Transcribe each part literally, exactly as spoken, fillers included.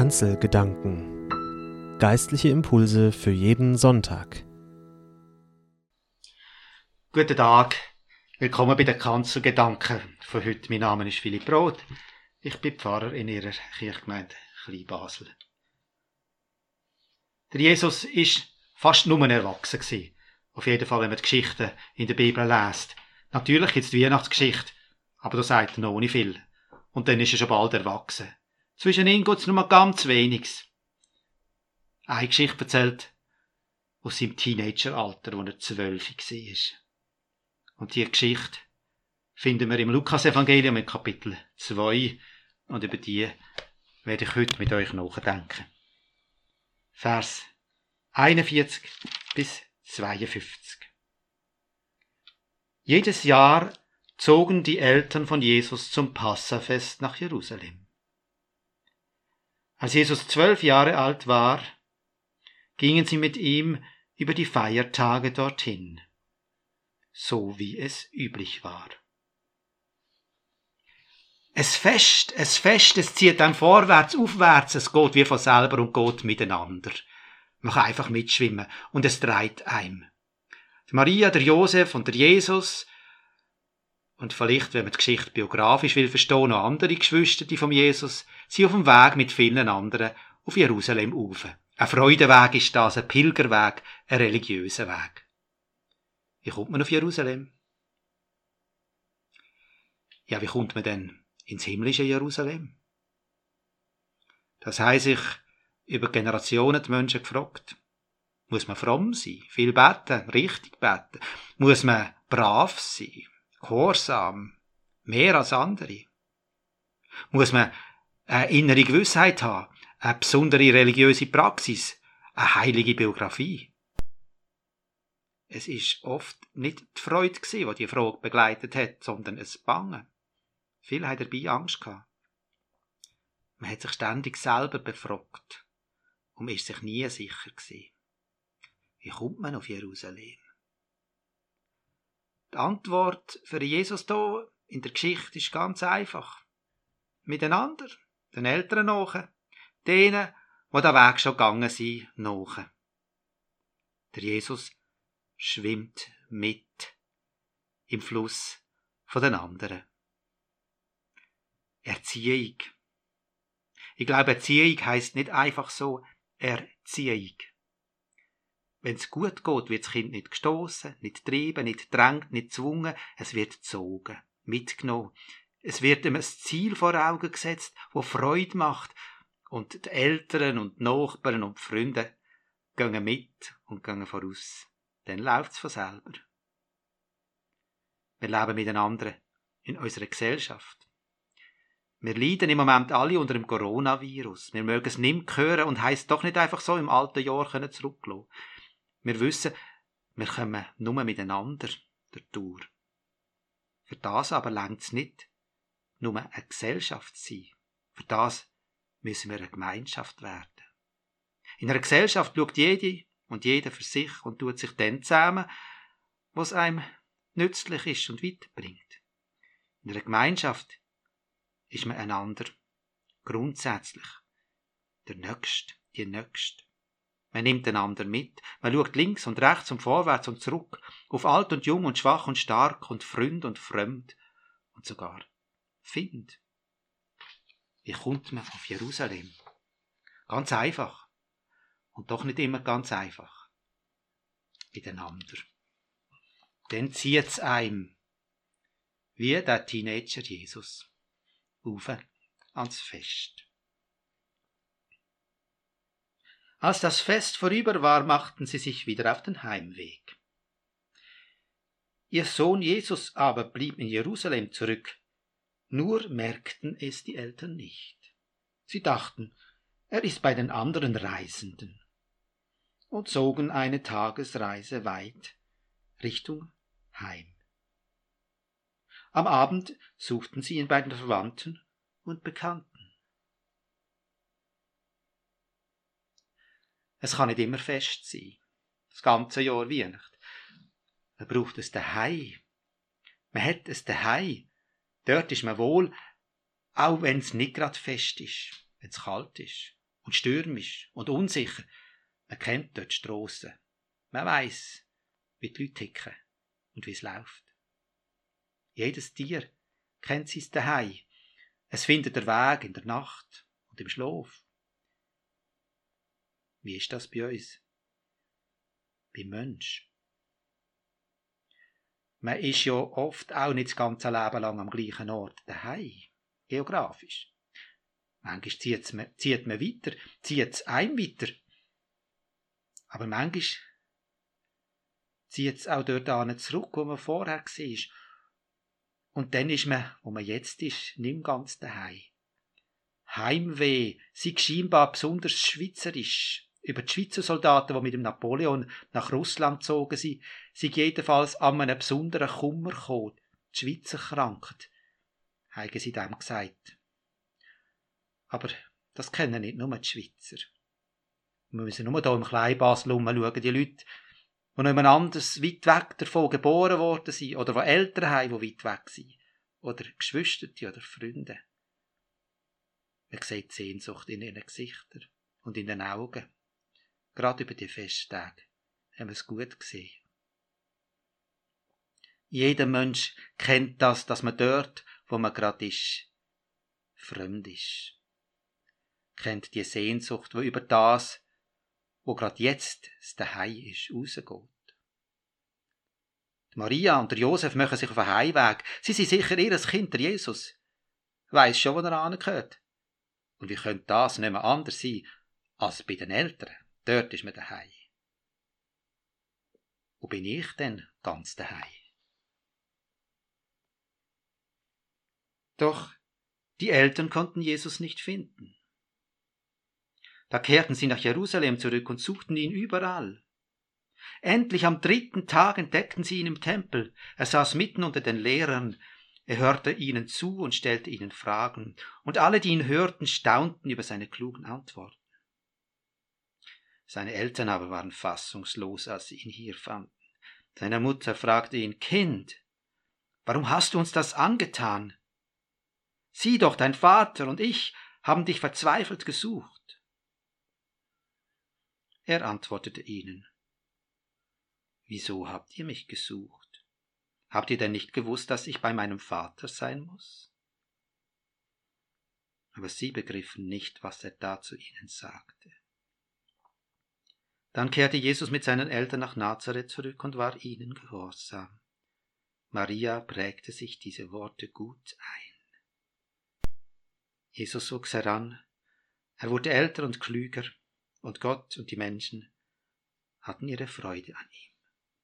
Kanzelgedanken. Geistliche Impulse für jeden Sonntag. Guten Tag, willkommen bei den Kanzelgedanken von heute. Mein Name ist Philipp Roth. Ich bin Pfarrer in Ihrer Kirchgemeinde Kleinbasel. Der Jesus ist fast nur ein Erwachsener gewesen. Auf jeden Fall, wenn man die Geschichten in der Bibel liest. Natürlich gibt es die Weihnachtsgeschichte, aber da sagt er noch nicht viel. Und dann ist er schon bald erwachsen. Zwischen ihnen geht es nur ganz weniges. Eine Geschichte erzählt aus seinem Teenageralter, als er zwölf war. Und diese Geschichte finden wir im Lukas-Evangelium in Kapitel zwei. Und über die werde ich heute mit euch nachdenken. Vers einundvierzig bis zweiundfünfzig. Jedes Jahr zogen die Eltern von Jesus zum Passafest nach Jerusalem. Als Jesus zwölf Jahre alt war, gingen sie mit ihm über die Feiertage dorthin, so wie es üblich war. Es Fest, es Fest, es zieht dann vorwärts, aufwärts, es geht wie von selber und geht miteinander. Man kann einfach mitschwimmen und es dreht einem. Die Maria, der Josef und der Jesus und vielleicht, wenn man die Geschichte biografisch will verstehen, noch andere Geschwister vom Jesus, sind auf dem Weg mit vielen anderen auf Jerusalem rauf. Ein Freudenweg ist das, ein Pilgerweg, ein religiöser Weg. Wie kommt man auf Jerusalem? Ja, wie kommt man denn ins himmlische Jerusalem? Das haben sich über Generationen die Menschen gefragt. Muss man fromm sein, viel beten, richtig beten? Muss man brav sein, gehorsam, mehr als andere? Muss man eine innere Gewissheit haben, eine besondere religiöse Praxis, eine heilige Biografie? Es ist oft nicht die Freude gewesen, die die Frage begleitet hat, sondern ein Bangen. Viele haben dabei Angst gehabt. Man hat sich ständig selber befragt und ist sich nie sicher gewesen. Wie kommt man auf Jerusalem? Die Antwort für Jesus hier in der Geschichte ist ganz einfach. Miteinander, den Eltern nach, denen, die den Weg schon gegangen sind, nach. Der Jesus schwimmt mit im Fluss von den anderen. Erziehung. Ich glaube, Erziehung heisst nicht einfach so Erziehung. Wenn es gut geht, wird das Kind nicht gestossen, nicht getrieben, nicht gedrängt, nicht gezwungen. Es wird gezogen, mitgenommen. Es wird ihm ein Ziel vor Augen gesetzt, das Freude macht. Und die Eltern und die Nachbarn und die Freunde gehen mit und gehen voraus. Dann läuft es von selber. Wir leben miteinander in unserer Gesellschaft. Wir leiden im Moment alle unter dem Coronavirus. Wir mögen es nicht mehr hören und heisst doch nicht einfach so im alten Jahr zurücklassen. Wir wissen, wir kommen nur miteinander durch. Für das aber reicht es nicht, nur eine Gesellschaft zu sein. Für das müssen wir eine Gemeinschaft werden. In einer Gesellschaft schaut jede und jeder für sich und tut sich dann zusammen, was einem nützlich ist und weiterbringt. In einer Gemeinschaft ist man einander grundsätzlich der Nächste, die Nächste. Man nimmt einander mit, man schaut links und rechts und vorwärts und zurück, auf alt und jung und schwach und stark und Freund und Fremd und sogar Find. Wie kommt man auf Jerusalem? Ganz einfach. Und doch nicht immer ganz einfach. Miteinander. Dann zieht es einem, wie der Teenager Jesus, auf ans Fest. Als das Fest vorüber war, machten sie sich wieder auf den Heimweg. Ihr Sohn Jesus aber blieb in Jerusalem zurück, nur merkten es die Eltern nicht. Sie dachten, er ist bei den anderen Reisenden und zogen eine Tagesreise weit Richtung Heim. Am Abend suchten sie ihn bei den Verwandten und Bekannten. Es kann nicht immer Fest sein, das ganze Jahr Weihnacht. Man braucht es daheim. Man hat es daheim. Dort ist man wohl, auch wenn es nicht gerade Fest ist, wenn es kalt ist. und stürmisch und unsicher. Man kennt dort die Strassen. Man weiss, wie die Leute ticken und wie es läuft. Jedes Tier kennt sein Zuhause. Es findet den Weg in der Nacht und im Schlaf. Wie ist das bei uns? Beim Mensch. Man ist ja oft auch nicht das ganze Leben lang am gleichen Ort daheim, geografisch. Manchmal zieht man, zieht man weiter, zieht es einem weiter. Aber manchmal zieht es auch dort zurück, wo man vorher war. Und dann ist man, wo man jetzt ist, nicht mehr ganz daheim. Heimweh sei scheinbar besonders schweizerisch. Über die Schweizer Soldaten, die mit dem Napoleon nach Russland gezogen sind, sei jedenfalls an einem besonderen Kummer gekommen. Die Schweizer Krankheit, haben sie dem gesagt. Aber das kennen nicht nur die Schweizer. Wir müssen nur hier im Kleinbasel schauen, die Leute, die noch jemand anderes weit weg davon geboren worden sind, oder die Eltern haben, die weit weg sind, oder Geschwister oder Freunde. Man sieht die Sehnsucht in ihren Gesichtern und in den Augen. Gerade über die Festtage haben wir es gut gesehen. Jeder Mensch kennt das, dass man dort, wo man gerade ist, fremd ist. Kennt die Sehnsucht, die über das, wo gerade jetzt das Daheim ist, rausgeht. Die Maria und der Josef machen sich auf den Heimweg. Sie sind sicher ihr Kind, der Jesus. Weiss schon, wo er hingehört. Und wie könnte das nicht mehr anders sein, als bei den Eltern? Dort ist man daheim. Wo bin ich denn ganz daheim? Doch die Eltern konnten Jesus nicht finden. Da kehrten sie nach Jerusalem zurück und suchten ihn überall. Endlich am dritten Tag entdeckten sie ihn im Tempel. Er saß mitten unter den Lehrern. Er hörte ihnen zu und stellte ihnen Fragen. Und alle, die ihn hörten, staunten über seine klugen Antworten. Seine Eltern aber waren fassungslos, als sie ihn hier fanden. Seine Mutter fragte ihn: Kind, warum hast du uns das angetan? Sieh doch, dein Vater und ich haben dich verzweifelt gesucht. Er antwortete ihnen: Wieso habt ihr mich gesucht? Habt ihr denn nicht gewusst, dass ich bei meinem Vater sein muss? Aber sie begriffen nicht, was er da zu ihnen sagte. Dann kehrte Jesus mit seinen Eltern nach Nazareth zurück und war ihnen gehorsam. Maria prägte sich diese Worte gut ein. Jesus wuchs heran, er wurde älter und klüger, und Gott und die Menschen hatten ihre Freude an ihm.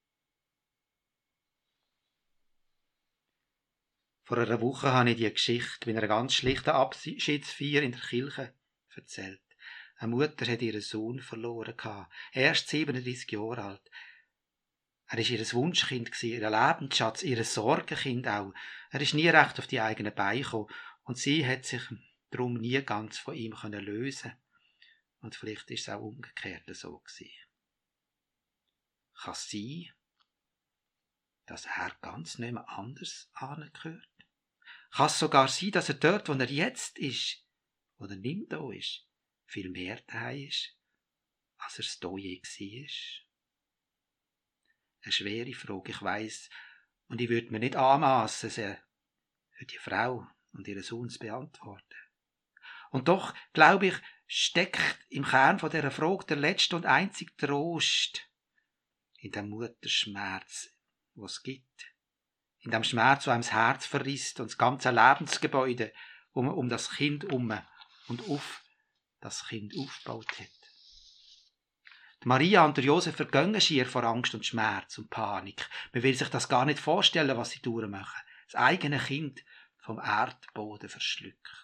Vor einer Woche habe ich die Geschichte bei einer ganz schlichten Abschiedsfeier in der Kirche erzählt. Eine Mutter hat ihren Sohn verloren, erst siebenunddreissig Jahre alt. Er war ihr Wunschkind, ihr Lebensschatz, ihr Sorgenkind auch. Er ist nie recht auf die eigenen Beine gekommen und sie hat sich darum nie ganz von ihm lösen können. Und vielleicht ist es auch umgekehrt so gewesen. Kann es sein, dass er ganz nicht mehr anders angehört? Kann es sogar sein, dass er dort, wo er jetzt ist, wo er nicht mehr da ist, viel mehr daheim ist, als er es da je war? Eine schwere Frage, ich weiss, und ich würde mir nicht anmassen, sie für die Frau und ihren Sohn zu beantworten. Und doch, glaube ich, steckt im Kern von dieser Frage der letzte und einzige Trost in dem Mutterschmerz, was es gibt. In dem Schmerz, der einem das Herz verrisst und das ganze Lebensgebäude, wo man um das Kind um und auf das Kind aufgebaut hat. Die Maria und der Josef vergehen schier vor Angst und Schmerz und Panik. Man will sich das gar nicht vorstellen, was sie durchmachen. Das eigene Kind vom Erdboden verschluckt.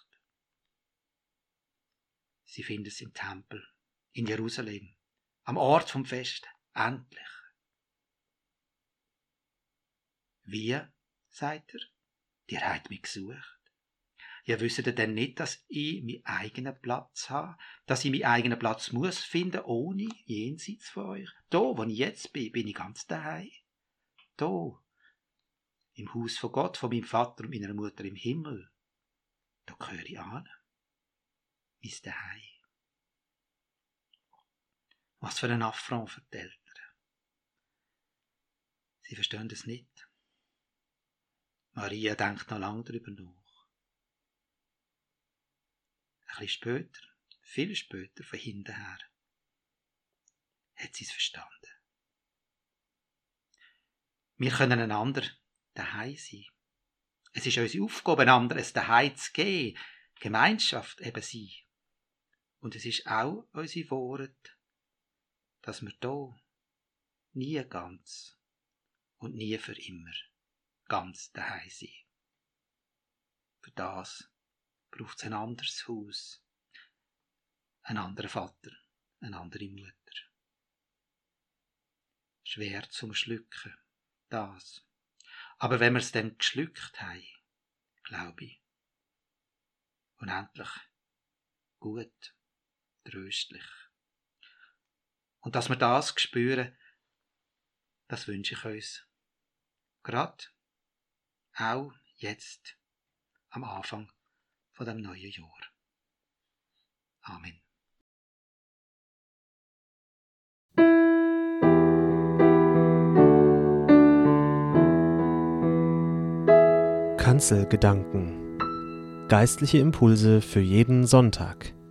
Sie finden es im Tempel, in Jerusalem, am Ort vom Fest, endlich. Wie, sagt er, ihr habt mich gesucht. Ja, wisst ihr denn nicht, dass ich meinen eigenen Platz habe? Dass ich meinen eigenen Platz muss finden, ohne jenseits von euch? Da, wo ich jetzt bin, bin ich ganz daheim. Da, im Haus von Gott, von meinem Vater und meiner Mutter im Himmel. Da gehöre ich an. Mein Daheim. Was für ein Affront für die Eltern. Sie verstehen es nicht. Maria denkt noch lange darüber nach. Ein bisschen später, viel später, von hinten her, hat sie es verstanden. Wir können einander daheim sein. Es ist unsere Aufgabe, einander ein Daheim zu geben, Gemeinschaft eben sein. Und es ist auch unsere Wahrheit, dass wir da nie ganz und nie für immer ganz daheim sind. Für das braucht es ein anderes Haus, einen anderen Vater, eine andere Mutter. Schwer zum Schlucken, das. Aber wenn wir es dann geschluckt haben, glaube ich, unendlich gut, tröstlich. Und dass wir das spüren, das wünsche ich uns. Gerade auch jetzt am Anfang von dem neuen Jahr. Amen. Kanzelgedanken. Geistliche Impulse für jeden Sonntag.